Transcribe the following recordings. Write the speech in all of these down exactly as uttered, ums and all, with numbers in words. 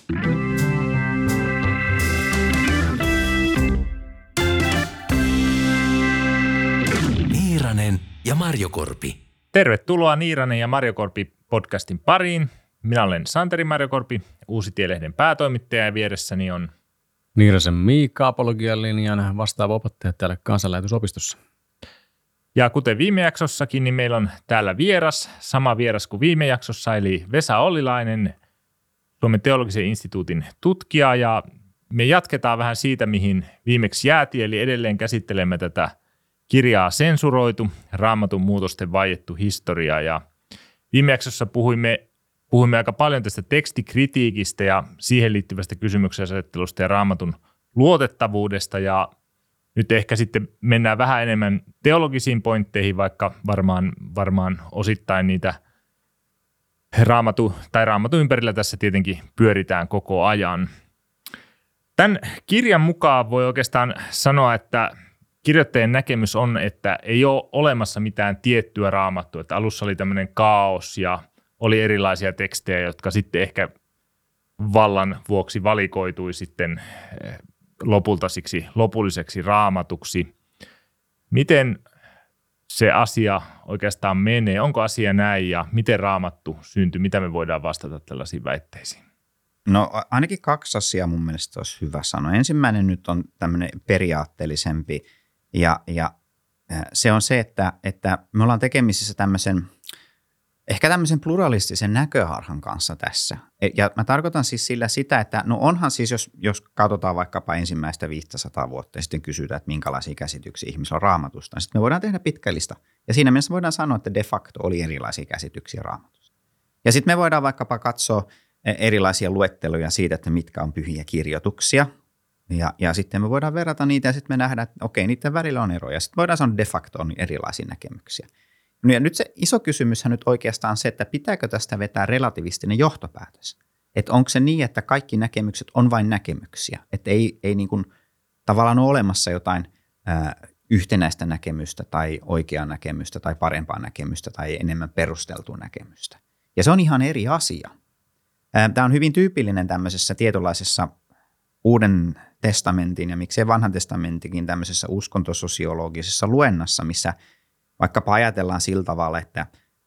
Niiranen ja Marjokorpi. Tervetuloa Niiranen ja Marjokorpi podcastin pariin. Minä olen Santeri Marjokorpi, Uusitielehden päätoimittaja ja vieressäni on Niirasen Miikka, apologian linjan vastaava opettaja täällä Kansanlähetysopistossa. Ja kuten viime jaksossakin, niin meillä on täällä vieras, sama vieras kuin viime jaksossa, eli Vesa Ollilainen, Suomen teologisen instituutin tutkija. Ja me jatketaan vähän siitä, mihin viimeksi jäätiin, eli edelleen käsittelemme tätä kirjaa Sensuroitu, Raamatun muutosten vaiettu historia. Ja viime jaksossa puhuimme, puhuimme aika paljon tästä tekstikritiikistä ja siihen liittyvästä kysymyksenasettelusta ja Raamatun luotettavuudesta. Ja nyt ehkä sitten mennään vähän enemmän teologisiin pointteihin, vaikka varmaan, varmaan osittain niitä raamatu, tai raamatun ympärillä tässä tietenkin pyöritään koko ajan. Tämän kirjan mukaan voi oikeastaan sanoa, että kirjoittajien näkemys on, että ei ole olemassa mitään tiettyä raamattua, että alussa oli tämmöinen kaos ja oli erilaisia tekstejä, jotka sitten ehkä vallan vuoksi valikoitui sitten lopulta siksi lopulliseksi raamatuksi. Miten se asia oikeastaan menee? Onko asia näin ja miten raamattu syntyi? Mitä me voidaan vastata tällaisiin väitteisiin? No ainakin kaksi asiaa mun mielestä olisi hyvä sanoa. Ensimmäinen nyt on tämmöinen periaatteellisempi ja, ja se on se, että, että me ollaan tekemisissä tämmöisen ehkä tämmöisen pluralistisen näköharhan kanssa tässä. Ja mä tarkoitan siis sillä sitä, että no onhan siis, jos, jos katsotaan vaikkapa ensimmäistä viisisataa vuotta ja sitten kysytään, että minkälaisia käsityksiä ihmisillä on raamatusta, niin sitten me voidaan tehdä pitkä lista. Ja siinä mielessä voidaan sanoa, että de facto oli erilaisia käsityksiä raamatusta. Ja sitten me voidaan vaikkapa katsoa erilaisia luetteluja siitä, että mitkä on pyhiä kirjoituksia. Ja, ja sitten me voidaan verrata niitä ja sitten me nähdään, että okei, niiden välillä on eroja. Sitten voidaan sanoa, että de facto on erilaisia näkemyksiä. No ja nyt se iso kysymyshän nyt oikeastaan se, että pitääkö tästä vetää relativistinen johtopäätös. Että onko se niin, että kaikki näkemykset on vain näkemyksiä. Että ei, ei niin kuin tavallaan ole olemassa jotain ää, yhtenäistä näkemystä tai oikeaa näkemystä tai parempaa näkemystä tai enemmän perusteltua näkemystä. Ja se on ihan eri asia. Ää, tämä on hyvin tyypillinen tämmöisessä tietynlaisessa Uuden testamentin ja miksei vanhan testamentinkin tämmöisessä uskontososiologisessa luennassa, missä vaikkapa ajatellaan sillä tavalla, että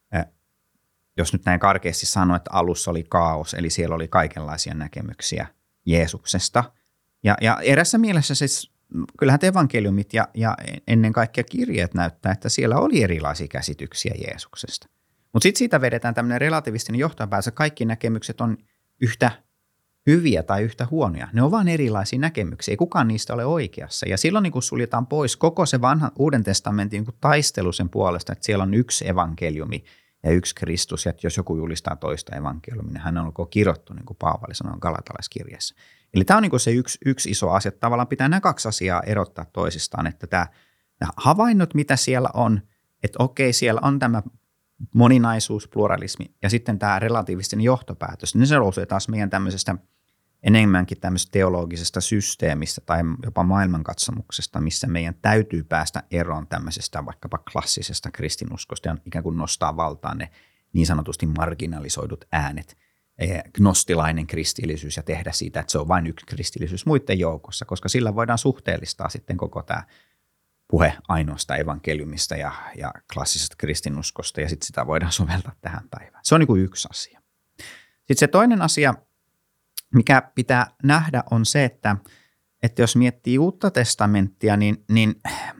jos nyt näin karkeasti sanoo, että alussa oli kaos, eli siellä oli kaikenlaisia näkemyksiä Jeesuksesta. Ja, ja erässä mielessä siis, kyllähän evankeliumit ja, ja ennen kaikkea kirjeet näyttää, että siellä oli erilaisia käsityksiä Jeesuksesta. Mutta sitten siitä vedetään tämmöinen relativistinen johtopäätös, että kaikki näkemykset on yhtä hyviä tai yhtä huonoja. Ne on vain erilaisia näkemyksiä. Ei kukaan niistä ole oikeassa. Ja silloin niin kun suljetaan pois koko se vanhan Uuden testamentin niin taistelu sen puolesta, että siellä on yksi evankeliumi ja yksi Kristus. Ja että jos joku julistaa toista evankeliumia, niin hän on olkoon kirottu, niin kuin Paavali sanoo Galatalaiskirjeessä. Eli tämä on niin kuin se yksi, yksi iso asia. Tavallaan pitää nämä kaksi asiaa erottaa toisistaan. Että tämä, nämä havainnot, mitä siellä on, että okei, siellä on tämä moninaisuus, pluralismi ja sitten tämä relatiivistinen johtopäätös, niin se nousee taas meidän tämmöisestä enemmänkin tämmöisestä teologisesta systeemistä tai jopa maailmankatsomuksesta, missä meidän täytyy päästä eroon tämmöisestä vaikkapa klassisesta kristinuskosta ja ikään kuin nostaa valtaan ne niin sanotusti marginalisoidut äänet, gnostilainen kristillisyys ja tehdä siitä, että se on vain yksi kristillisyys muiden joukossa, koska sillä voidaan suhteellistaa sitten koko tämä puhe ainoasta evankeliumista ja, ja klassisesta kristinuskosta ja sitten sitä voidaan soveltaa tähän päivään. Se on niin kuin yksi asia. Sitten se toinen asia, mikä pitää nähdä, on se, että, että jos miettii Uutta testamenttia, niin, niin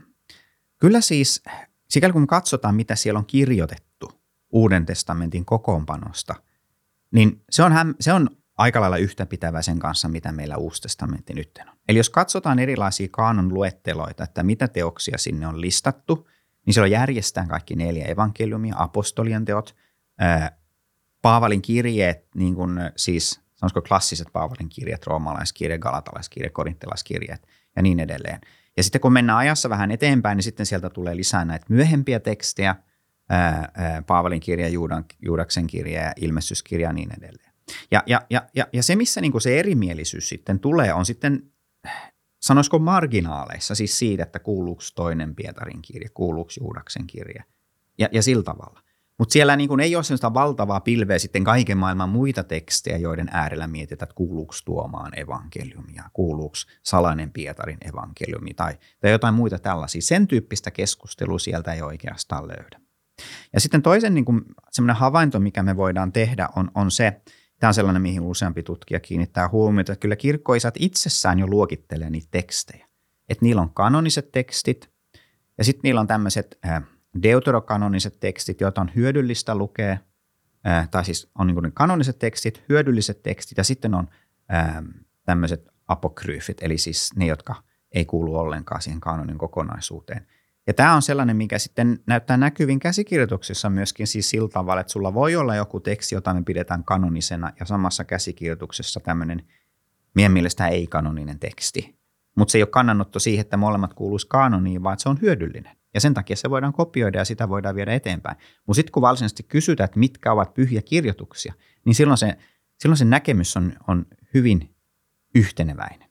kyllä siis, sikäli kun katsotaan, mitä siellä on kirjoitettu Uuden testamentin kokoonpanosta, niin se on, se on aika lailla yhtäpitävä sen kanssa, mitä meillä Uusi testamentti nyt on. Eli jos katsotaan erilaisia kaanon luetteloita, että mitä teoksia sinne on listattu, niin siellä on järjestään kaikki neljä evankeliumia, apostolien teot, ää, Paavalin kirjeet, niin kuin siis sanoisiko klassiset Paavalin kirjeet, roomalaiskirje, galatalaiskirje, korinttilaiskirjeet ja niin edelleen. Ja sitten kun mennään ajassa vähän eteenpäin, niin sitten sieltä tulee lisää näitä myöhempiä tekstejä, ää, ää, Paavalin kirja, Juudan, Juudaksen kirja, ilmestyskirja ja niin edelleen. Ja, ja, ja, ja, ja se, missä niin kuin se erimielisyys sitten tulee, on sitten, sanoisiko marginaaleissa, siis siitä, että kuuluuko toinen Pietarin kirja, kuuluuko Juudaksen kirja ja, ja sillä tavalla. Mutta siellä niin kuin ei ole sellaista valtavaa pilveä sitten kaiken maailman muita tekstejä, joiden äärellä mietitään, että kuuluuko Tuomaan evankeliumia, kuuluuko Salainen Pietarin evankeliumi tai, tai jotain muita tällaisia. Sen tyyppistä keskustelua sieltä ei oikeastaan löydä. Ja sitten toisen niin kuin sellainen havainto, mikä me voidaan tehdä, on, on se, tämä on sellainen, mihin useampi tutkija kiinnittää huomiota, että kyllä kirkkoisat itsessään jo luokittelee niitä tekstejä. Että niillä on kanoniset tekstit ja sitten niillä on tämmöiset äh, deuterokanoniset tekstit, joita on hyödyllistä lukea, äh, tai siis on niin kuin kanoniset tekstit, hyödylliset tekstit ja sitten on äh, tämmöiset apokryyfit, eli siis ne, jotka ei kuulu ollenkaan siihen kanonin kokonaisuuteen. Ja tämä on sellainen, mikä sitten näyttää näkyvin käsikirjoituksissa myöskin siis sillä tavalla, että sulla voi olla joku teksti, jota me pidetään kanonisena ja samassa käsikirjoituksessa tämmöinen meidän mielestä ei-kanoninen teksti. Mutta se ei ole kannanotto siihen, että molemmat kuuluisi kanoniin, vaan että se on hyödyllinen. Ja sen takia se voidaan kopioida ja sitä voidaan viedä eteenpäin. Mutta sitten kun varsinaisesti kysytään, että mitkä ovat pyhiä kirjoituksia, niin silloin se, silloin se näkemys on, on hyvin yhteneväinen.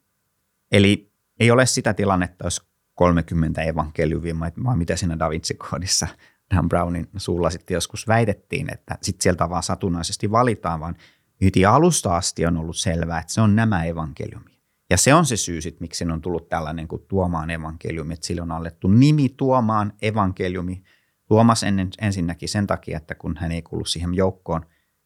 Eli ei ole sitä tilannetta, jos kolmekymmentä evankeliumia, vaan mitä siinä Da Vinci-koodissa Dan Brownin suulla sitten joskus väitettiin, että sitten sieltä vaan satunnaisesti valitaan, vaan heti alusta asti on ollut selvää, että se on nämä evankeliumia. Ja se on se syy sitten, miksi siinä on tullut tällainen kuin Tuomaan evankeliumi, että sille on alettu nimi Tuomaan evankeliumi. Tuomas ennen, ensinnäkin sen takia, että kun hän ei kuulu siihen joukkoon,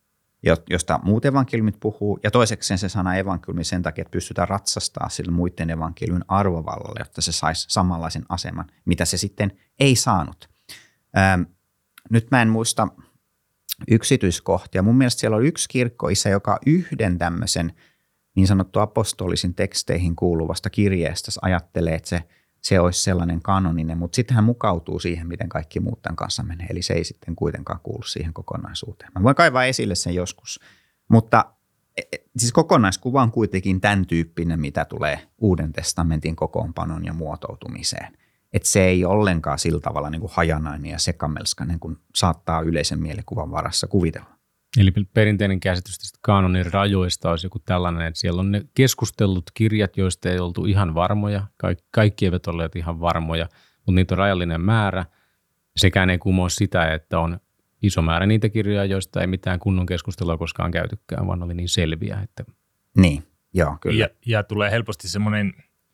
josta muut evankeliumit puhuu, ja toiseksi se sana evankeliumi sen takia, että pystytään ratsastamaan sille muiden evankeliumin arvovallalle, jotta se saisi samanlaisen aseman, mitä se sitten ei saanut. Ähm, nyt mä en muista yksityiskohtia. Mun mielestä siellä oli yksi kirkkoisä, joka yhden tämmöisen niin sanottu apostolisin teksteihin kuuluvasta kirjeestä ajattelee, että se, se olisi sellainen kanoninen, mutta sitten hän mukautuu siihen, miten kaikki muut tämän kanssa menee. Eli se ei sitten kuitenkaan kuulu siihen kokonaisuuteen. Mä voin kaivaa esille sen joskus, mutta siis kokonaiskuva on kuitenkin tämän tyyppinen, mitä tulee Uuden testamentin kokoonpanon ja muotoutumiseen. Että se ei ollenkaan sillä tavalla niin kuin hajanainen ja sekamelskainen, kun saattaa yleisen mielikuvan varassa kuvitella. Eli perinteinen käsitys tästä kaanonin rajoista olisi joku tällainen, että siellä on ne keskustellut kirjat, joista ei oltu ihan varmoja. Kaik- kaikki eivät olleet ihan varmoja, mutta niitä on rajallinen määrä. Sekään ei kumoa sitä, että on iso määrä niitä kirjoja, joista ei mitään kunnon keskustelua koskaan käytykään, vaan oli niin selviä. Että... Niin, joo, kyllä. Ja, ja tulee helposti semmoinen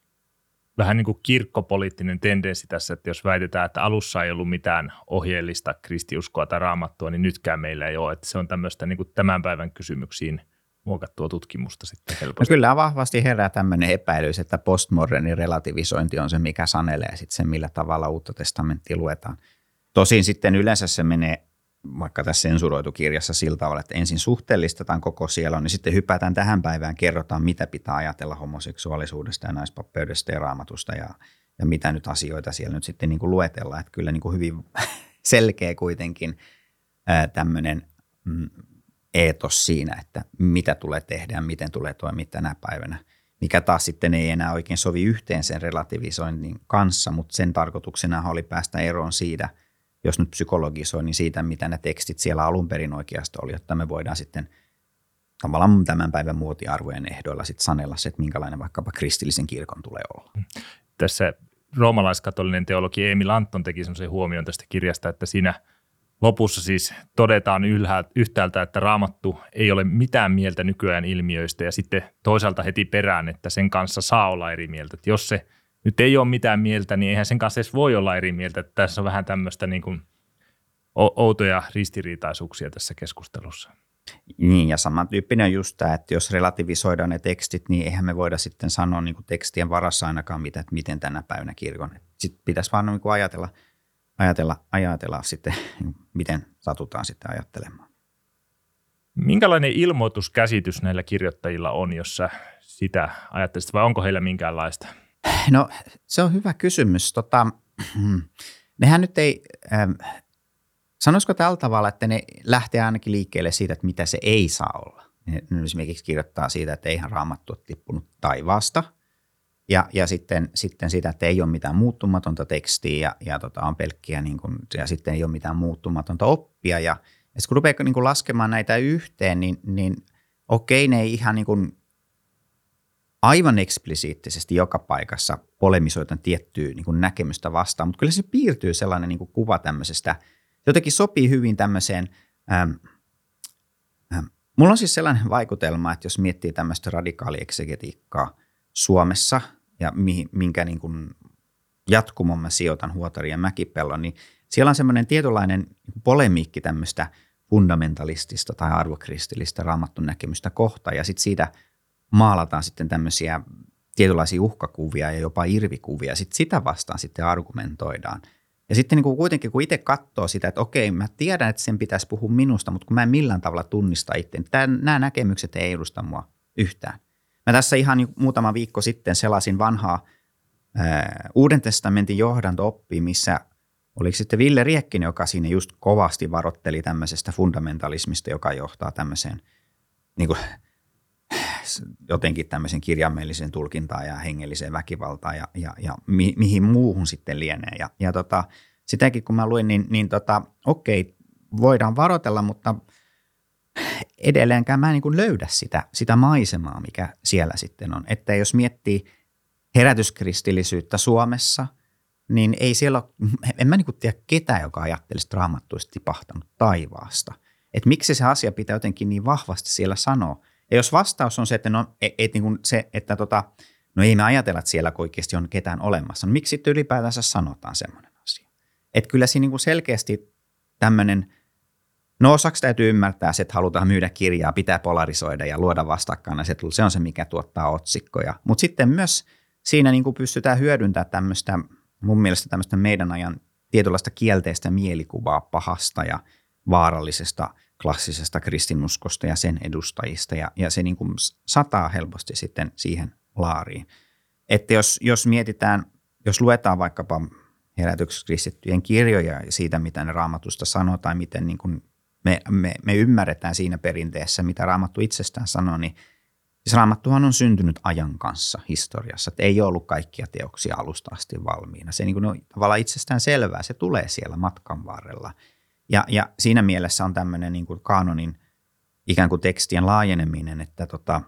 vähän niin kuin kirkkopoliittinen tendenssi tässä, että jos väitetään, että alussa ei ollut mitään ohjeellista kristiuskoa tai raamattua, niin nytkään meillä ei ole. Että se on tämmöistä niin kuin tämän päivän kysymyksiin muokattua tutkimusta sitten helposti. No kyllä vahvasti herää tämmöinen epäilys, että postmoderni relativisointi on se, mikä sanelee sitten sen, millä tavalla Uutta testamenttia luetaan. Tosin sitten yleensä se menee vaikka tässä sensuroitu kirjassa sillä tavalla, että ensin suhteellistetaan koko sielu, niin sitten hypätään tähän päivään, kerrotaan, mitä pitää ajatella homoseksuaalisuudesta ja naispappeudesta ja raamatusta ja, ja mitä nyt asioita siellä nyt sitten niin kuin luetellaan. Että kyllä niin kuin hyvin selkeä kuitenkin ää, tämmöinen mm, eetos siinä, että mitä tulee tehdä ja miten tulee toimia tänä päivänä, mikä taas sitten ei enää oikein sovi yhteen sen relativisoinnin kanssa, mutta sen tarkoituksena oli päästä eroon siitä, jos nyt psykologisoi, niin siitä, mitä ne tekstit siellä alun perin oikeasti oli, jotta me voidaan sitten tavallaan tämän päivän muotiarvojen ehdoilla sitten sanella se, että minkälainen vaikkapa kristillisen kirkon tulee olla. Tässä roomalaiskatolinen teologi Emil Anton teki semmoisen huomion tästä kirjasta, että siinä lopussa siis todetaan yhtäältä, että Raamattu ei ole mitään mieltä nykyään ilmiöistä ja sitten toisaalta heti perään, että sen kanssa saa olla eri mieltä. Että jos se nyt ei ole mitään mieltä, niin eihän sen kanssa edes voi olla eri mieltä. Että tässä on vähän tämmöistä niin kuin outoja ristiriitaisuuksia tässä keskustelussa. Niin, ja samantyyppinen on just tämä, että jos relativisoidaan ne tekstit, niin eihän me voida sitten sanoa niin kuin tekstien varassa ainakaan mitä, että miten tänä päivänä kirkon. Sitten pitäisi vaan niin kuin ajatella, ajatella, ajatella sitten, miten satutaan sitten ajattelemaan. Minkälainen ilmoituskäsitys näillä kirjoittajilla on, jos sä sitä ajattelisit, vai onko heillä minkäänlaista? No se on hyvä kysymys. Tota, nehän nyt ei, ähm, sanoisiko tällä tavalla, että ne lähtee ainakin liikkeelle siitä, että mitä se ei saa olla. Ne, ne esimerkiksi kirjoittaa siitä, että eihän Raamattu ole tippunut taivaasta ja, ja sitten, sitten sitä, että ei ole mitään muuttumatonta tekstiä ja, ja tota, on pelkkiä niin kuin, ja sitten ei ole mitään muuttumatonta oppia. Ja, ja sitten kun rupeaa niin kuin laskemaan näitä yhteen, niin, niin okei, ne ei ihan niin kuin aivan eksplisiittisesti joka paikassa polemisoitan tiettyä niin kuin näkemystä vastaan, mutta kyllä se piirtyy sellainen niin kuin kuva tämmöisestä jotenkin sopii hyvin tämmöiseen, ähm, ähm, mulla on siis sellainen vaikutelma, että jos miettii tämmöistä radikaaliexegetiikkaa Suomessa ja mihin, minkä niin kuin jatkumon mä sijoitan Huotarin ja Mäkipellon, niin siellä on semmoinen tietynlainen polemiikki tämmöistä fundamentalistista tai arvokristillistä raamatun näkemystä kohtaan ja sitten siitä maalataan sitten tämmöisiä tietynlaisia uhkakuvia ja jopa irvikuvia, sitten sitä vastaan sitten argumentoidaan. Ja sitten niin kuin kuitenkin, kun itse katsoo sitä, että okei, mä tiedän, että sen pitäisi puhua minusta, mutta kun mä en millään tavalla tunnista itse, niin nämä näkemykset ei edusta mua yhtään. Mä tässä ihan muutama viikko sitten selasin vanhaa ää, Uuden testamentin johdanto-oppia, missä oliko sitten Ville Riekkinen, joka siinä just kovasti varoitteli tämmöisestä fundamentalismista, joka johtaa tämmöiseen niin kuin, jotenkin tämmöisen kirjaimelliseen tulkintaan ja hengelliseen väkivaltaan ja, ja, ja mi, mihin muuhun sitten lienee. Ja, ja tota, sitäkin kun mä luin, niin, niin tota, okei, voidaan varoitella, mutta edelleenkään mä en niin kuin löydä sitä, sitä maisemaa, mikä siellä sitten on. Että jos miettii herätyskristillisyyttä Suomessa, niin ei siellä ole, en mä niin kuin tiedä ketään, joka ajattelisi, että Raamattu olisi tipahtanut taivaasta. Että miksi se asia pitää jotenkin niin vahvasti siellä sanoa. Ja jos vastaus on se, että, no, et, et, niin kuin se, että tota, no ei me ajatella, että siellä oikeasti on ketään olemassa, no miksi sitten ylipäätänsä sanotaan semmoinen asia? Että kyllä siinä niin kuin selkeästi tämmöinen, no osaksi täytyy ymmärtää se, että halutaan myydä kirjaa, pitää polarisoida ja luoda vastakkainasettelua, se on se, mikä tuottaa otsikkoja. Mutta sitten myös siinä niin kuin pystytään hyödyntämään tämmöistä, mun mielestä tämmöistä meidän ajan tietynlaista kielteistä mielikuvaa pahasta ja vaarallisesta klassisesta kristinuskosta ja sen edustajista, ja, ja se niin kuin sataa helposti sitten siihen laariin. Että jos, jos mietitään, jos luetaan vaikkapa herätykskristittyjen kirjoja siitä, mitä ne Raamatusta sanoo, tai miten niin kuin me, me, me ymmärretään siinä perinteessä, mitä Raamattu itsestään sanoo, niin siis Raamattuhan on syntynyt ajan kanssa historiassa, että ei ollut kaikkia teoksia alusta asti valmiina. Se niin kuin on tavallaan itsestään selvää, se tulee siellä matkan varrella. Ja, ja siinä mielessä on tämmöinen niin kuin kaanonin ikään kuin tekstien laajeneminen, että tota,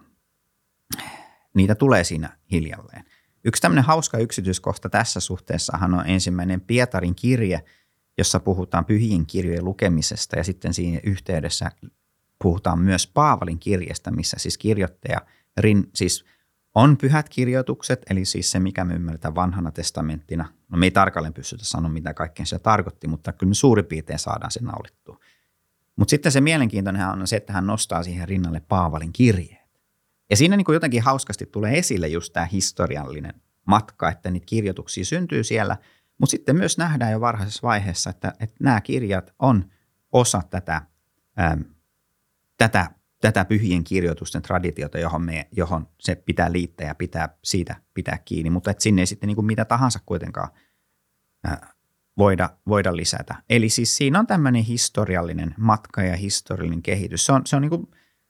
niitä tulee siinä hiljalleen. Yksi tämmöinen hauska yksityiskohta tässä suhteessahan on ensimmäinen Pietarin kirje, jossa puhutaan pyhien kirjojen lukemisesta ja sitten siinä yhteydessä puhutaan myös Paavalin kirjeestä, missä siis kirjoittaja rin, siis on pyhät kirjoitukset, eli siis se, mikä me ymmärretään vanhana testamenttina. No me ei tarkalleen pystytä sanoa, mitä kaikkea se tarkoitti, mutta kyllä me suurin piirtein saadaan se naulittua. Mutta sitten se mielenkiintoinen on se, että hän nostaa siihen rinnalle Paavalin kirjeet. Ja siinä niin kuin jotenkin hauskasti tulee esille just tämä historiallinen matka, että niitä kirjoituksia syntyy siellä, mutta sitten myös nähdään jo varhaisessa vaiheessa, että, että nämä kirjat on osa tätä, ähm, tätä tätä pyhien kirjoitusten traditiota, johon, me, johon se pitää liittää ja pitää siitä pitää kiinni, mutta et sinne ei sitten niin kuin mitä tahansa kuitenkaan ää, voida, voida lisätä. Eli siis siinä on tämmöinen historiallinen matka ja historiallinen kehitys. Se on, se on, niin kuin,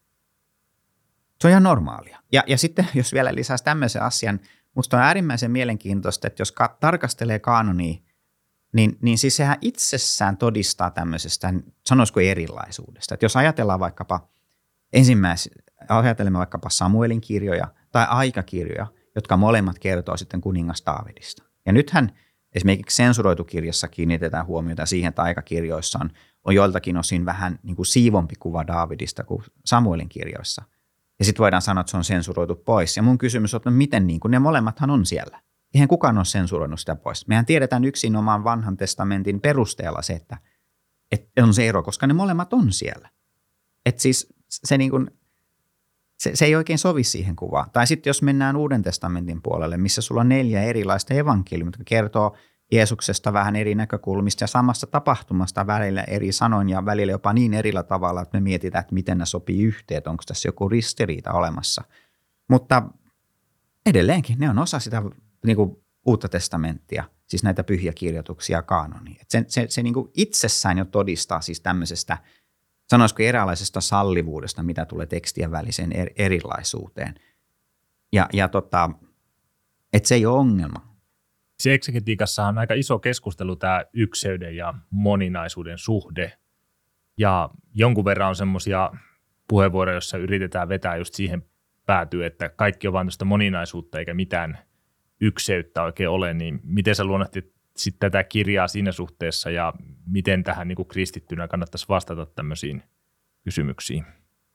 se on ihan normaalia. Ja, ja sitten jos vielä lisäisi tämmöisen asian, musta on äärimmäisen mielenkiintoista, että jos ka- tarkastelee kaanonia, niin, niin siis sehän itsessään todistaa tämmöisestä, sanoisiko erilaisuudesta. Että jos ajatellaan vaikkapa ensimmäisenä ajattelemme vaikkapa Samuelin kirjoja tai aikakirjoja, jotka molemmat kertoo sitten kuningas Daavidista. Ja nythän esimerkiksi sensuroitukirjassa kiinnitetään huomiota siihen, että aikakirjoissa on, on joiltakin osin vähän niin kuin siivompi kuva Daavidista kuin Samuelin kirjoissa. Ja sitten voidaan sanoa, että se on sensuroitu pois. Ja mun kysymys on, että miten niin kuin ne molemmathan on siellä. Eihän kukaan ole sensuroinut sitä pois. Mehän tiedetään yksin oman vanhan testamentin perusteella se, että, että on se ero, koska ne molemmat on siellä. Että siis se, niin kuin, se, se ei oikein sovi siihen kuvaan. Tai sitten jos mennään Uuden testamentin puolelle, missä sulla on neljä erilaista evankeliumia, jotka kertoo Jeesuksesta vähän eri näkökulmista ja samasta tapahtumasta välillä eri sanoin ja välillä jopa niin erillä tavalla, että me mietitään, että miten ne sopii yhteen, että onko tässä joku ristiriita olemassa. Mutta edelleenkin ne on osa sitä niin kuin Uutta testamenttia, siis näitä pyhiä kirjoituksia ja kaanonia. Se, se, se niin kuin itsessään jo todistaa siis tämmöisestä, sanoisiko eräänlaisesta sallivuudesta, mitä tulee tekstien väliseen er, erilaisuuteen. Ja, ja tota, että se ei ole ongelma. Se eksegetiikassa on aika iso keskustelu tämä ykseyden ja moninaisuuden suhde. Ja jonkun verran on semmoisia puheenvuoroja, joissa yritetään vetää just siihen päätyä, että kaikki on vain tuosta moninaisuutta eikä mitään ykseyttä oikein ole. Niin miten sä luonnehtit sit tätä kirjaa siinä suhteessa ja miten tähän niin kuin kristittynä kannattaisi vastata tämmöisiin kysymyksiin?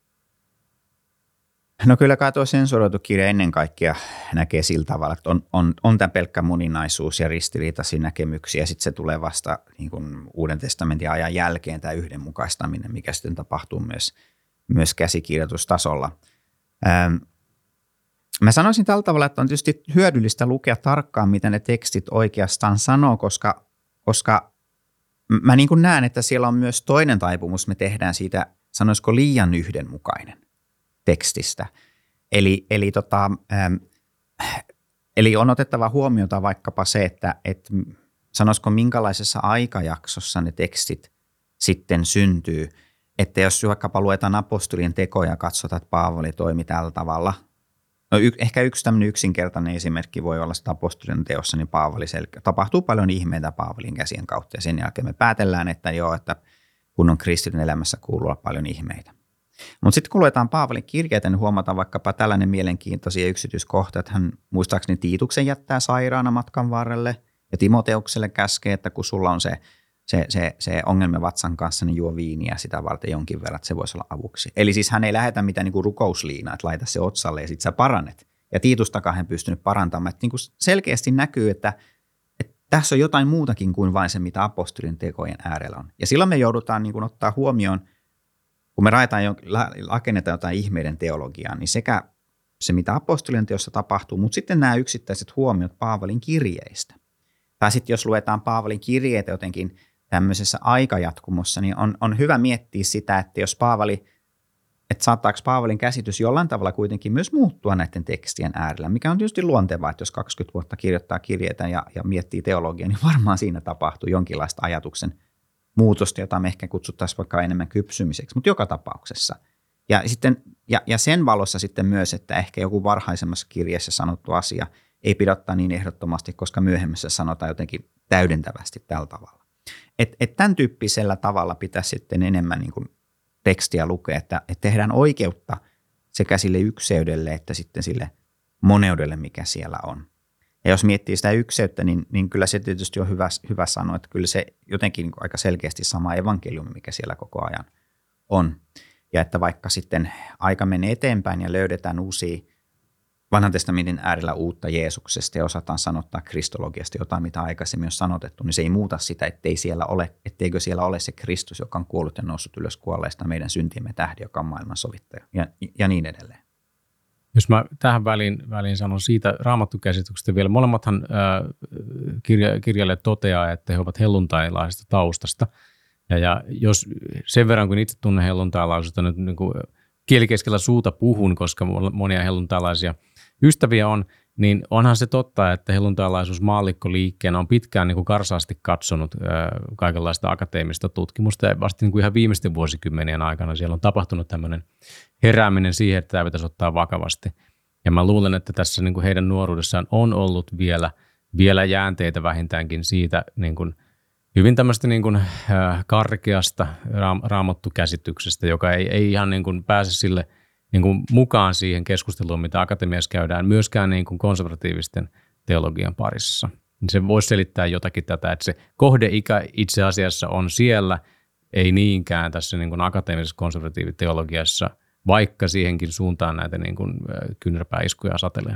No kyllä kai tuo sensuroitu kirja ennen kaikkea näkee sillä tavalla, että on, on, on tämä pelkkä moninaisuus ja ristiriitaisia näkemyksiä. Sitten se tulee vasta niin kuin Uuden testamentin ajan jälkeen tämä yhdenmukaistaminen, mikä sitten tapahtuu myös, myös käsikirjoitustasolla. Ähm, mä sanoisin tällä tavalla, että on tietysti hyödyllistä lukea tarkkaan, mitä ne tekstit oikeastaan sanoo, koska, koska mä niin kuin näen, että siellä on myös toinen taipumus. Me tehdään siitä, sanoisiko liian yhdenmukainen tekstistä. Eli, eli, tota, ähm, eli on otettava huomiota vaikkapa se, että et, sanoisiko minkälaisessa aikajaksossa ne tekstit sitten syntyy. Että jos vaikkapa luetaan apostolien tekoja ja katsotaan, että Paavali toimi tällä tavalla. No y- ehkä yksi tämmöinen yksinkertainen esimerkki voi olla sitä apostolien teossa, niin Paavali selkeä. Tapahtuu paljon ihmeitä Paavalin käsien kautta ja sen jälkeen me päätellään, että joo, että kun on kristityn elämässä kuuluu olla paljon ihmeitä. Mutta sitten kun luetaan Paavalin kirjeitä, niin huomataan vaikkapa tällainen mielenkiintoisia yksityiskohta, että hän muistaakseni Tiituksen jättää sairaana matkan varrelle ja Timoteukselle käskee, että kun sulla on se, se, se, se ongelma vatsan kanssa, niin juo viiniä sitä varten jonkin verran, että se voisi olla avuksi. Eli siis hän ei lähetä mitään niin kuin rukousliinaa, että laita se otsalle ja sitten sä parannet. Ja Tiitustakaan hän pystynyt parantamaan. Että niin kuin selkeästi näkyy, että, että tässä on jotain muutakin kuin vain se, mitä apostolien tekojen äärellä on. Ja silloin me joudutaan niin kuin ottaa huomioon, kun me rakennetaan jotain ihmeiden teologiaa, niin sekä se, mitä apostolien teossa tapahtuu, mutta sitten nämä yksittäiset huomiot Paavalin kirjeistä. Tai sitten jos luetaan Paavalin kirjeitä jotenkin tämmöisessä aikajatkumossa, niin on, on hyvä miettiä sitä, että jos Paavali, että saattaako Paavalin käsitys jollain tavalla kuitenkin myös muuttua näiden tekstien äärellä, mikä on tietysti luontevaa, että jos kaksikymmentä vuotta kirjoittaa kirjeitä ja, ja miettii teologiaa, niin varmaan siinä tapahtuu jonkinlaista ajatuksen muutosta, jota me ehkä kutsuttaisiin vaikka enemmän kypsymiseksi, mutta joka tapauksessa. Ja, sitten, ja, ja sen valossa sitten myös, että ehkä joku varhaisemmassa kirjeessä sanottu asia ei pidä ottaa niin ehdottomasti, koska myöhemmässä sanotaan jotenkin täydentävästi tällä tavalla. Että et tämän tyyppisellä tavalla pitäisi sitten enemmän niin kuin tekstiä lukea, että et tehdään oikeutta sekä sille ykseydelle että sitten sille moneudelle, mikä siellä on. Ja jos miettii sitä ykseyttä, niin, niin kyllä se tietysti on hyvä, hyvä sanoa, että kyllä se jotenkin niin aika selkeästi sama evankeliumi, mikä siellä koko ajan on. Ja että vaikka sitten aika menee eteenpäin ja löydetään uusia vanhan testamentin äärellä uutta Jeesuksesta ja osataan sanottaa kristologiasta jotain, mitä aikaisemmin on sanotettu, niin se ei muuta sitä, ettei siellä ole, etteikö siellä ole se Kristus, joka on kuollut ja noussut ylös kuolleista, meidän syntiemme tähdi, joka on maailman sovittaja ja, ja niin edelleen. Jos mä tähän väliin, väliin sanon siitä raamattukäsityksestä vielä. Molemmathan ää, kirja, kirjailijat toteaa, että he ovat helluntailaisesta taustasta. Ja, ja jos sen verran, kun itse tunnen helluntailaisuutta, nyt niin kuin kielikeskellä suuta puhun, koska monia helluntailaisia ystäviä on, niin onhan se totta, että helluntailaisuus maallikkoliikkeenä on pitkään niin kuin karsaasti katsonut ää, kaikenlaista akateemista tutkimusta. Ja vasta niin kuin ihan viimeisten vuosikymmenien aikana siellä on tapahtunut tämmöinen herääminen siihen, että tämä pitäisi ottaa vakavasti. Ja mä luulen, että tässä niin kuin heidän nuoruudessaan on ollut vielä, vielä jäänteitä vähintäänkin siitä niin kuin hyvin tämmöistä niin kuin, äh, karkeasta raam- raamattukäsityksestä, joka ei, ei ihan niin kuin pääse sille niin kuin mukaan siihen keskusteluun, mitä akatemiassa käydään, myöskään niin kuin konservatiivisten teologian parissa. Se voisi selittää jotakin tätä, että se kohdeikä itse asiassa on siellä, ei niinkään tässä niin kuin akateemisessa konservatiiviteologiassa, vaikka siihenkin suuntaan näitä niin kuin kyynärpääiskuja satelee.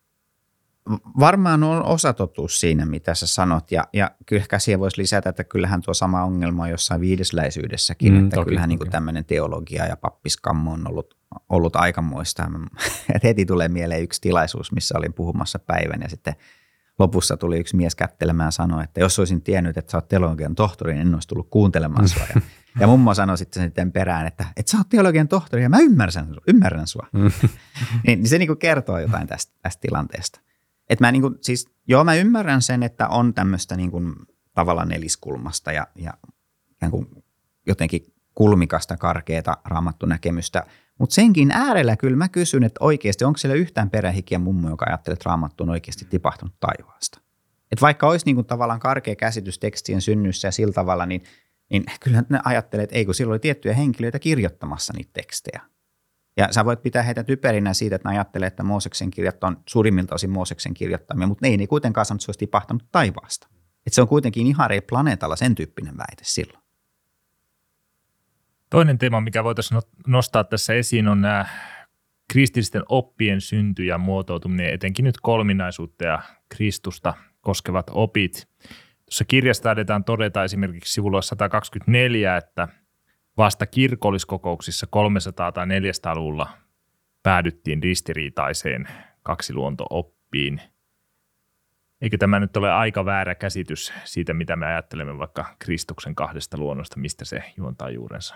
Varmaan on osatotuus siinä, mitä sä sanot, ja, ja kyllä siihen voisi lisätä, että kyllähän tuo sama ongelma on jossain viidesläisyydessäkin, mm, että toki, kyllähän toki. Niin tämmöinen teologia ja pappiskammo on ollut, ollut aikamoista. Et heti tulee mieleen yksi tilaisuus, missä olin puhumassa päivän, ja sitten lopussa tuli yksi mies kättelemään ja sanoi, että jos olisin tiennyt, että sä oot teologian tohtori, niin en olisi tullut kuuntelemaan sua. Ja, ja mummo sanoi sitten, sitten perään, että, että sä oot teologian tohtori ja mä ymmärrän, ymmärrän sua. niin se niin kuin kertoo jotain tästä, tästä tilanteesta. Et mä niin kuin, siis, joo, mä ymmärrän sen, että on tämmöistä niin kuin tavallaan neliskulmasta ja, ja ikään kuin jotenkin kulmikasta, karkeata raamattunäkemystä, mutta senkin äärellä kyllä mä kysyn, että oikeasti onko siellä yhtään perähikiä mummo, joka ajattelee, että raamattu on oikeasti tipahtunut taivaasta. Että vaikka olisi niin kuin tavallaan karkea käsitys tekstien synnyssä ja sillä tavalla, niin, niin kyllä ne ajattelee, että ei kun silloin oli tiettyjä henkilöitä kirjoittamassa niitä tekstejä. Ja sä voit pitää heitä typerinä siitä, että ne ajattelee, että Mooseksen kirjat on suurimmilta osin Mooseksen kirjoittamia, mutta ei ne kuitenkaan sanonut, että se olisi tipahtanut taivaasta. Että se on kuitenkin ihan eri planeetalla sen tyyppinen väite silloin. Toinen teema, mikä voitaisiin nostaa tässä esiin, on nämä kristillisten oppien synty ja muotoutuminen, etenkin nyt kolminaisuutta ja Kristusta koskevat opit. Tuossa kirjassa taidetaan todeta esimerkiksi sivulla sata kaksikymmentäneljä, että vasta kirkolliskokouksissa kolmesataa- tai neljäsataa-luvulla päädyttiin ristiriitaiseen kaksiluonto-oppiin. Eikö tämä nyt ole aika väärä käsitys siitä, mitä me ajattelemme vaikka Kristuksen kahdesta luonnosta, mistä se juontaa juurensa?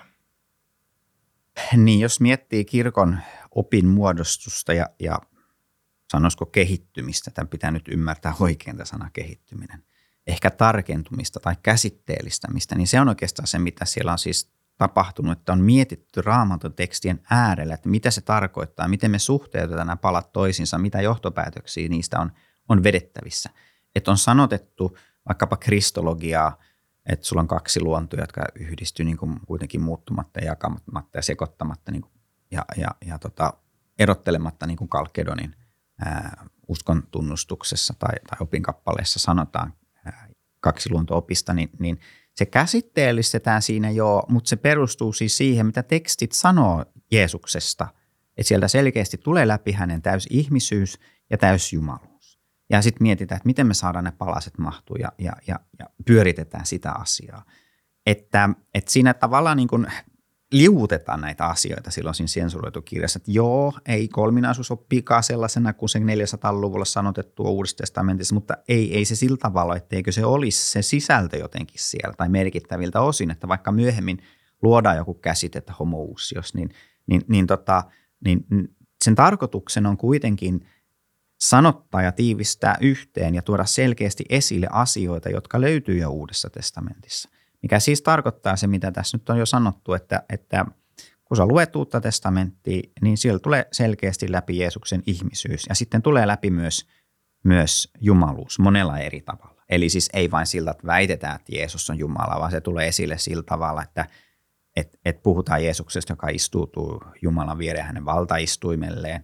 Niin, jos miettii kirkon opin muodostusta ja, ja sanoisiko kehittymistä, tämän pitää nyt ymmärtää oikein tämä sana kehittyminen, ehkä tarkentumista tai käsitteellistämistä, niin se on oikeastaan se, mitä siellä on siis tapahtunut, että on mietitty Raamatun tekstien äärellä, että mitä se tarkoittaa, miten me suhteutetaan nämä palat toisiinsa, mitä johtopäätöksiä niistä on, on vedettävissä. Että on sanotettu vaikkapa kristologiaa, että sulla on kaksi luontoa, jotka yhdistyy niin kuin kuitenkin muuttumatta ja jakamatta ja sekoittamatta niin kuin, ja, ja, ja tota, erottelematta niin kuin Kalkedonin ää, uskon tunnustuksessa tai, tai opinkappaleessa sanotaan ää, kaksi luonto-opista, niin, niin se käsitteellistetään siinä jo, mutta se perustuu siis siihen, mitä tekstit sanoo Jeesuksesta. Että sieltä selkeästi tulee läpi hänen täysihmisyys ja täysjumaluus. Ja sitten mietitään, että miten me saadaan ne palaset mahtua ja, ja, ja, ja pyöritetään sitä asiaa. Että, että siinä tavallaan niin kuin liuutetaan näitä asioita silloin siinä sensuroitu kirjassa, että joo, ei kolminaisuus ole pikaa sellaisena kuin se neljäsataa-luvulla sanotettu Uudessa testamentissa, mutta ei, ei se sillä tavalla, etteikö se olisi se sisältö jotenkin siellä tai merkittäviltä osin, että vaikka myöhemmin luodaan joku käsite, että homoousios, niin, niin, niin, tota, niin sen tarkoituksena on kuitenkin sanottaa ja tiivistää yhteen ja tuoda selkeästi esille asioita, jotka löytyy jo Uudessa testamentissa. Mikä siis tarkoittaa se, mitä tässä nyt on jo sanottu, että, että kun sä luet Uutta testamenttia, niin siellä tulee selkeästi läpi Jeesuksen ihmisyys ja sitten tulee läpi myös, myös jumaluus monella eri tavalla. Eli siis ei vain sillä, että väitetään, että Jeesus on Jumala, vaan se tulee esille sillä tavalla, että et, et puhutaan Jeesuksesta, joka istuutuu Jumalan viereen hänen valtaistuimelleen,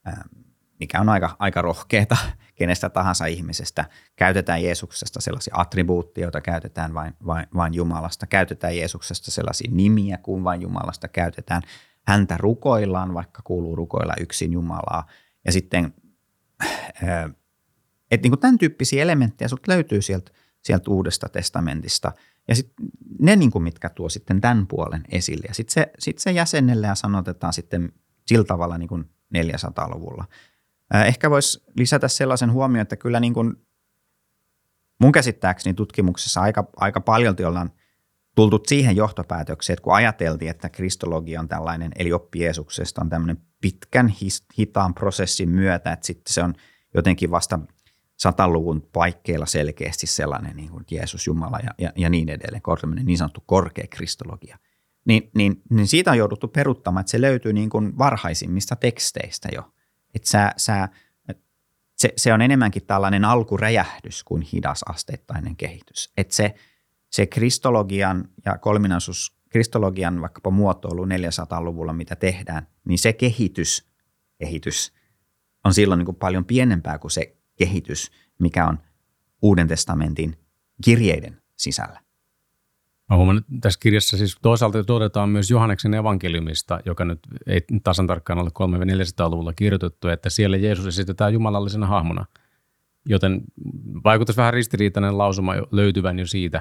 mikä on aika, aika rohkeata kenestä tahansa ihmisestä. Käytetään Jeesuksesta sellaisia attribuutteja, joita käytetään vain, vain, vain Jumalasta. Käytetään Jeesuksesta sellaisia nimiä kuin vain Jumalasta. Käytetään häntä rukoillaan, vaikka kuuluu rukoilla yksin Jumalaa. Ja sitten, että niin kuin tämän tyyppisiä elementtejä sut löytyy sieltä, sieltä Uudesta testamentista. Ja sitten ne, niin kuin mitkä tuo sitten tämän puolen esille. Ja sitten se, sit se jäsennellään ja sanotetaan sitten sillä tavalla niin kuin neljäsataa-luvulla. Ehkä voisi lisätä sellaisen huomioon, että kyllä niin kuin mun käsittääkseni tutkimuksessa aika, aika paljolti ollaan tultu siihen johtopäätökseen, että kun ajateltiin, että kristologia on tällainen, eli oppi Jeesuksesta on tämmöinen pitkän hitaan prosessin myötä, että sitten se on jotenkin vasta sataluvun paikkeilla selkeästi sellainen niin kuin Jeesus, Jumala ja, ja, ja niin edelleen, niin sanottu korkea kristologia. Niin, niin, niin siitä on jouduttu peruuttamaan, että se löytyy niin kuin varhaisimmista teksteistä jo. Että sä, sä, se, se on enemmänkin tällainen alkuräjähdys kuin hidas asteittainen kehitys. Että se, se kristologian ja kolminaisuus, kristologian vaikkapa muotoilu neljäsataa-luvulla, mitä tehdään, niin se kehitys, kehitys on silloin niin kuin paljon pienempää kuin se kehitys, mikä on Uuden testamentin kirjeiden sisällä. Mä huomaan, että tässä kirjassa siis toisaalta todetaan myös Johanneksen evankeliumista, joka nyt ei tasan tarkkaan ole kolme-neljäsataa-luvulla kirjoitettu, että siellä Jeesus esitetään jumalallisena hahmona. Joten vaikuttaisi vähän ristiriitainen lausuma löytyvän jo siitä,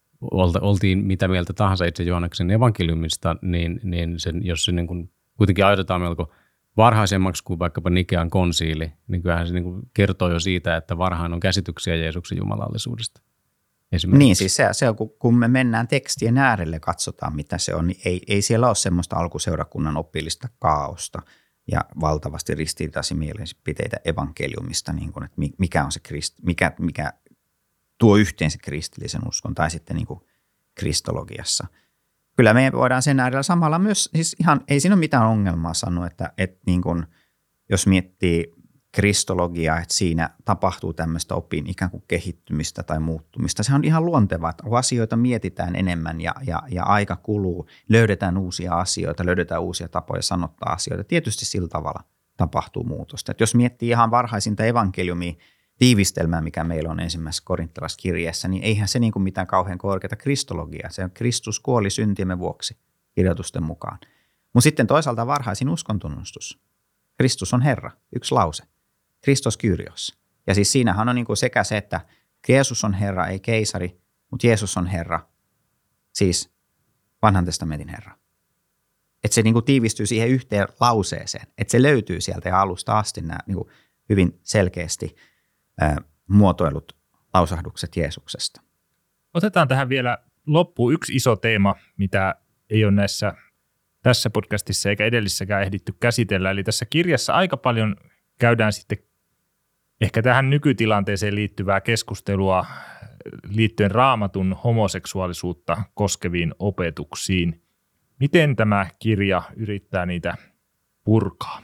oltiin mitä mieltä tahansa itse Johanneksen evankeliumista, niin, niin sen, jos se niin kuin kuitenkin ajoitetaan melko varhaisemmaksi kuin vaikkapa Nikean konsiili, niin kyllähän se niin kuin kertoo jo siitä, että varhain on käsityksiä Jeesuksen jumalallisuudesta. Niin, siis se, se on, kun me mennään tekstien äärelle, katsotaan mitä se on, niin ei, ei siellä ole semmoista alkuseurakunnan opillista kaaosta ja valtavasti ristiriitaisia mielipiteitä evankeliumista, niin kuin, että mikä on se krist, mikä, mikä tuo yhteen se kristillisen uskon tai sitten niin kuin kristologiassa. Kyllä me voidaan sen äärellä samalla myös, siis ihan ei siinä ole mitään ongelmaa sanoa, että, että niin kuin, jos miettii kristologiaa, että siinä tapahtuu tämmöistä opin ikään kuin kehittymistä tai muuttumista. Se on ihan luontevaa, että asioita mietitään enemmän ja, ja, ja aika kuluu, löydetään uusia asioita, löydetään uusia tapoja sanottaa asioita. Tietysti sillä tavalla tapahtuu muutosta. Että jos miettii ihan varhaisinta evankeliumia, tiivistelmää, mikä meillä on ensimmäisessä korinttilaiskirjeessä, niin eihän se niin kuin mitään kauhean korkeata kristologiaa. Se on Kristus kuoli syntiemme vuoksi kirjoitusten mukaan. Mutta sitten toisaalta varhaisin uskontunnustus. Kristus on Herra, yksi lause. Kristos Kyrios. Ja siis siinähän on niin kuin sekä se, että Jeesus on Herra, ei keisari, mutta Jeesus on Herra, siis vanhan testamentin Herra. Että se niin kuin tiivistyy siihen yhteen lauseeseen, että se löytyy sieltä ja alusta asti nämä niin kuin hyvin selkeästi ää, muotoilut lausahdukset Jeesuksesta. Otetaan tähän vielä loppuun yksi iso teema, mitä ei ole näissä tässä podcastissa eikä edellisessäkään ehditty käsitellä. Eli tässä kirjassa aika paljon käydään sitten ehkä tähän nykytilanteeseen liittyvää keskustelua liittyen Raamatun homoseksuaalisuutta koskeviin opetuksiin. Miten tämä kirja yrittää niitä purkaa?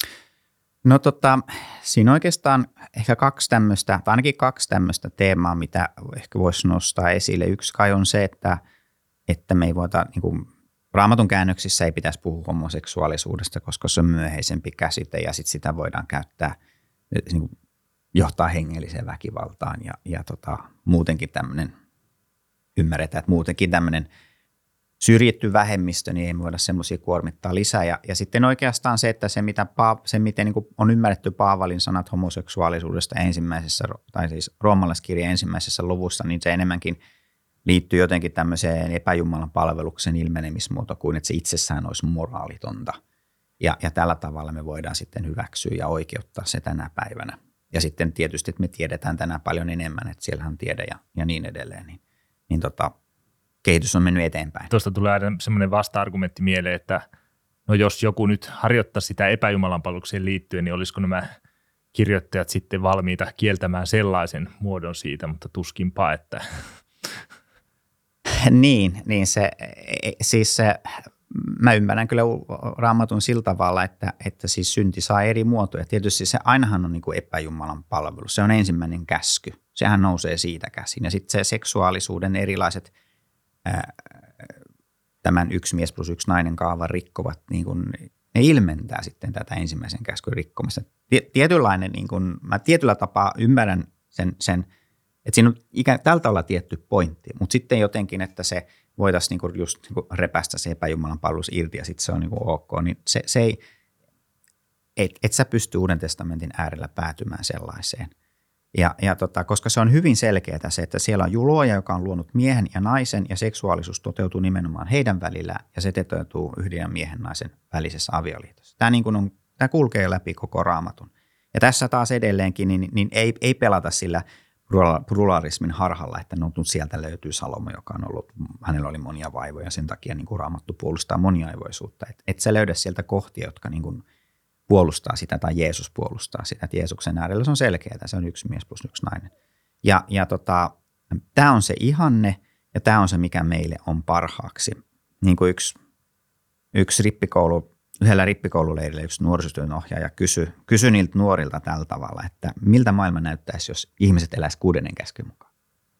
No tota, siinä oikeastaan ehkä kaksi tämmöistä, tai ainakin kaksi tämmöistä teemaa, mitä ehkä voisi nostaa esille. Yksi kai on se, että, että me ei voida, niin kuin Raamatun käännöksissä ei pitäisi puhua homoseksuaalisuudesta, koska se on myöhäisempi käsite ja sit sitä voidaan käyttää, niin kuin johtaa hengelliseen väkivaltaan ja, ja tota, muutenkin tämmöinen, ymmärretään, että muutenkin tämmöinen syrjitty vähemmistö, niin ei voida semmoisia kuormittaa lisää. Ja, ja sitten oikeastaan se, että se, mitä Paa, se miten niin kuin on ymmärretty Paavalin sanat homoseksuaalisuudesta ensimmäisessä, tai siis roomalaiskirjan ensimmäisessä luvussa, niin se enemmänkin liittyy jotenkin tämmöiseen epäjumalan palveluksen ilmenemismuoto kuin, että se itsessään olisi moraalitonta. Ja, ja tällä tavalla me voidaan sitten hyväksyä ja oikeuttaa se tänä päivänä. Ja sitten tietysti, että me tiedetään tänään paljon enemmän, että siellähän on tiede ja, ja niin edelleen, niin, niin tota, kehitys on mennyt eteenpäin. Tuosta tulee aina semmoinen vasta-argumentti mieleen, että no jos joku nyt harjoittaa sitä epäjumalan palvelukseen liittyen, niin olisiko nämä kirjoittajat sitten valmiita kieltämään sellaisen muodon siitä, mutta tuskinpa, että... Niin, niin se, siis se, mä ymmärrän kyllä Raamatun sillä tavalla, että, että siis synti saa eri muotoja. Tietysti se ainahan on niin kuin epäjumalan palvelus, se on ensimmäinen käsky, sehän nousee siitä käsin. Ja sitten se seksuaalisuuden erilaiset ää, tämän yksi mies plus yksi nainen kaavan rikkovat, niin kuin, ne ilmentää sitten tätä ensimmäisen käskyn rikkomista. Tietynlainen, niin kuin, mä tietyllä tapaa ymmärrän sen, sen että siinä on ikään tältä tavalla tietty pointti, mutta sitten jotenkin, että se voitaisiin niinku just niinku repästä se epäjumalan palvelus irti ja sitten se on niinku ok, niin se, se ei, et, et sä pysty Uuden testamentin äärellä päätymään sellaiseen. Ja, ja tota, koska se on hyvin selkeää se, että siellä on luoja, joka on luonut miehen ja naisen ja seksuaalisuus toteutuu nimenomaan heidän välillään ja se toteutuu yhden ja miehen naisen välisessä avioliitossa. Tämä, niin kuin on, tämä kulkee läpi koko Raamatun. Ja tässä taas edelleenkin niin, niin ei, ei pelata sillä pluralismin harhalla, että no, sieltä löytyy Salomo, joka on ollut, hänellä oli monia vaivoja ja sen takia niin kuin Raamattu puolustaa moniaivoisuutta. Että et sä löydä sieltä kohtia, jotka niin kuin puolustaa sitä tai Jeesus puolustaa sitä. Että Jeesuksen äärellä se on selkeää, se on yksi mies plus yksi nainen. Ja, ja tota, tämä on se ihanne ja tämä on se, mikä meille on parhaaksi. Niin kuin yksi, yksi rippikoulu, yhdellä rippikoululeirillä yksi nuorisotyön ohjaaja kysyi, kysyi niiltä nuorilta tällä tavalla, että miltä maailma näyttäisi, jos ihmiset eläisivät kuudennen käskyn mukaan.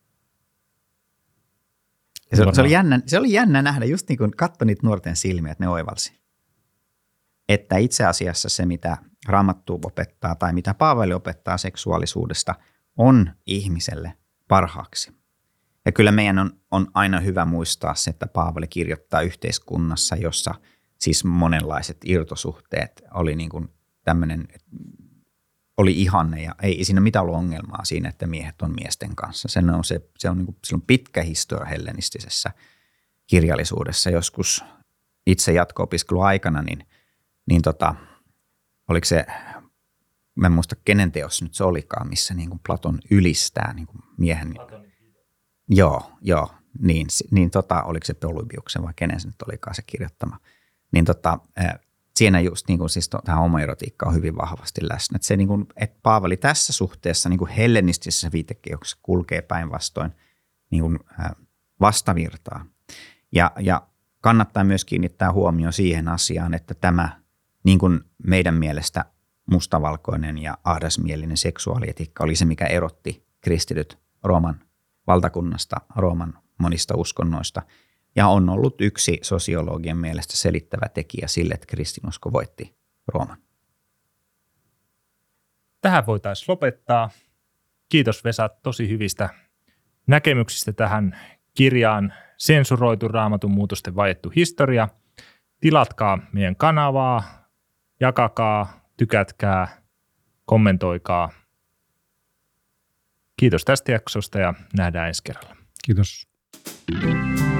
Ja se, se, oli jännä, se oli jännä nähdä, just niin kuin katsoi niitä nuorten silmiä, että ne oivalsi. Että itse asiassa se, mitä Raamattu opettaa tai mitä Paavali opettaa seksuaalisuudesta, on ihmiselle parhaaksi. Ja kyllä meidän on, on aina hyvä muistaa se, että Paavali kirjoittaa yhteiskunnassa, jossa siis monenlaiset irtosuhteet oli niin kuin tämmöinen, oli ihanne ja ei siinä mitään ollut ongelmaa siinä, että miehet on miesten kanssa. Se on, se, se on, niin kuin, se on pitkä historia hellenistisessä kirjallisuudessa. Joskus itse jatko-opiskelun aikana, niin, niin tota, oliko se, mä en muista kenen teos nyt se olikaan, missä niin kuin Platon ylistää niin kuin miehen. Platonin. Joo, joo, niin, niin tota, oliko se Polybiuksen vai kenen se nyt olikaan se kirjoittama. Niin tota, siinä just niin kuin siis tähän homoerotiikka on hyvin vahvasti läsnä. Että se niin kuin, että Paavali tässä suhteessa niin kuin hellenistisessä viitekehyksessä kulkee päinvastoin niin kuin vastavirtaa. Ja, ja kannattaa myös kiinnittää huomioon siihen asiaan, että tämä niin kuin meidän mielestä mustavalkoinen ja ahdasmielinen seksuaalietiikka oli se, mikä erotti kristityt Rooman valtakunnasta, Rooman monista uskonnoista. Ja on ollut yksi sosiologien mielestä selittävä tekijä sille, että kristinusko voitti Rooman. Tähän voitaisiin lopettaa. kiitos Vesa tosi hyvistä näkemyksistä tähän kirjaan Sensuroitu Raamatun muutosten vaiettu historia. Tilatkaa meidän kanavaa, jakakaa, tykätkää, kommentoikaa. Kiitos tästä jaksosta ja nähdään ensi kerralla. Kiitos.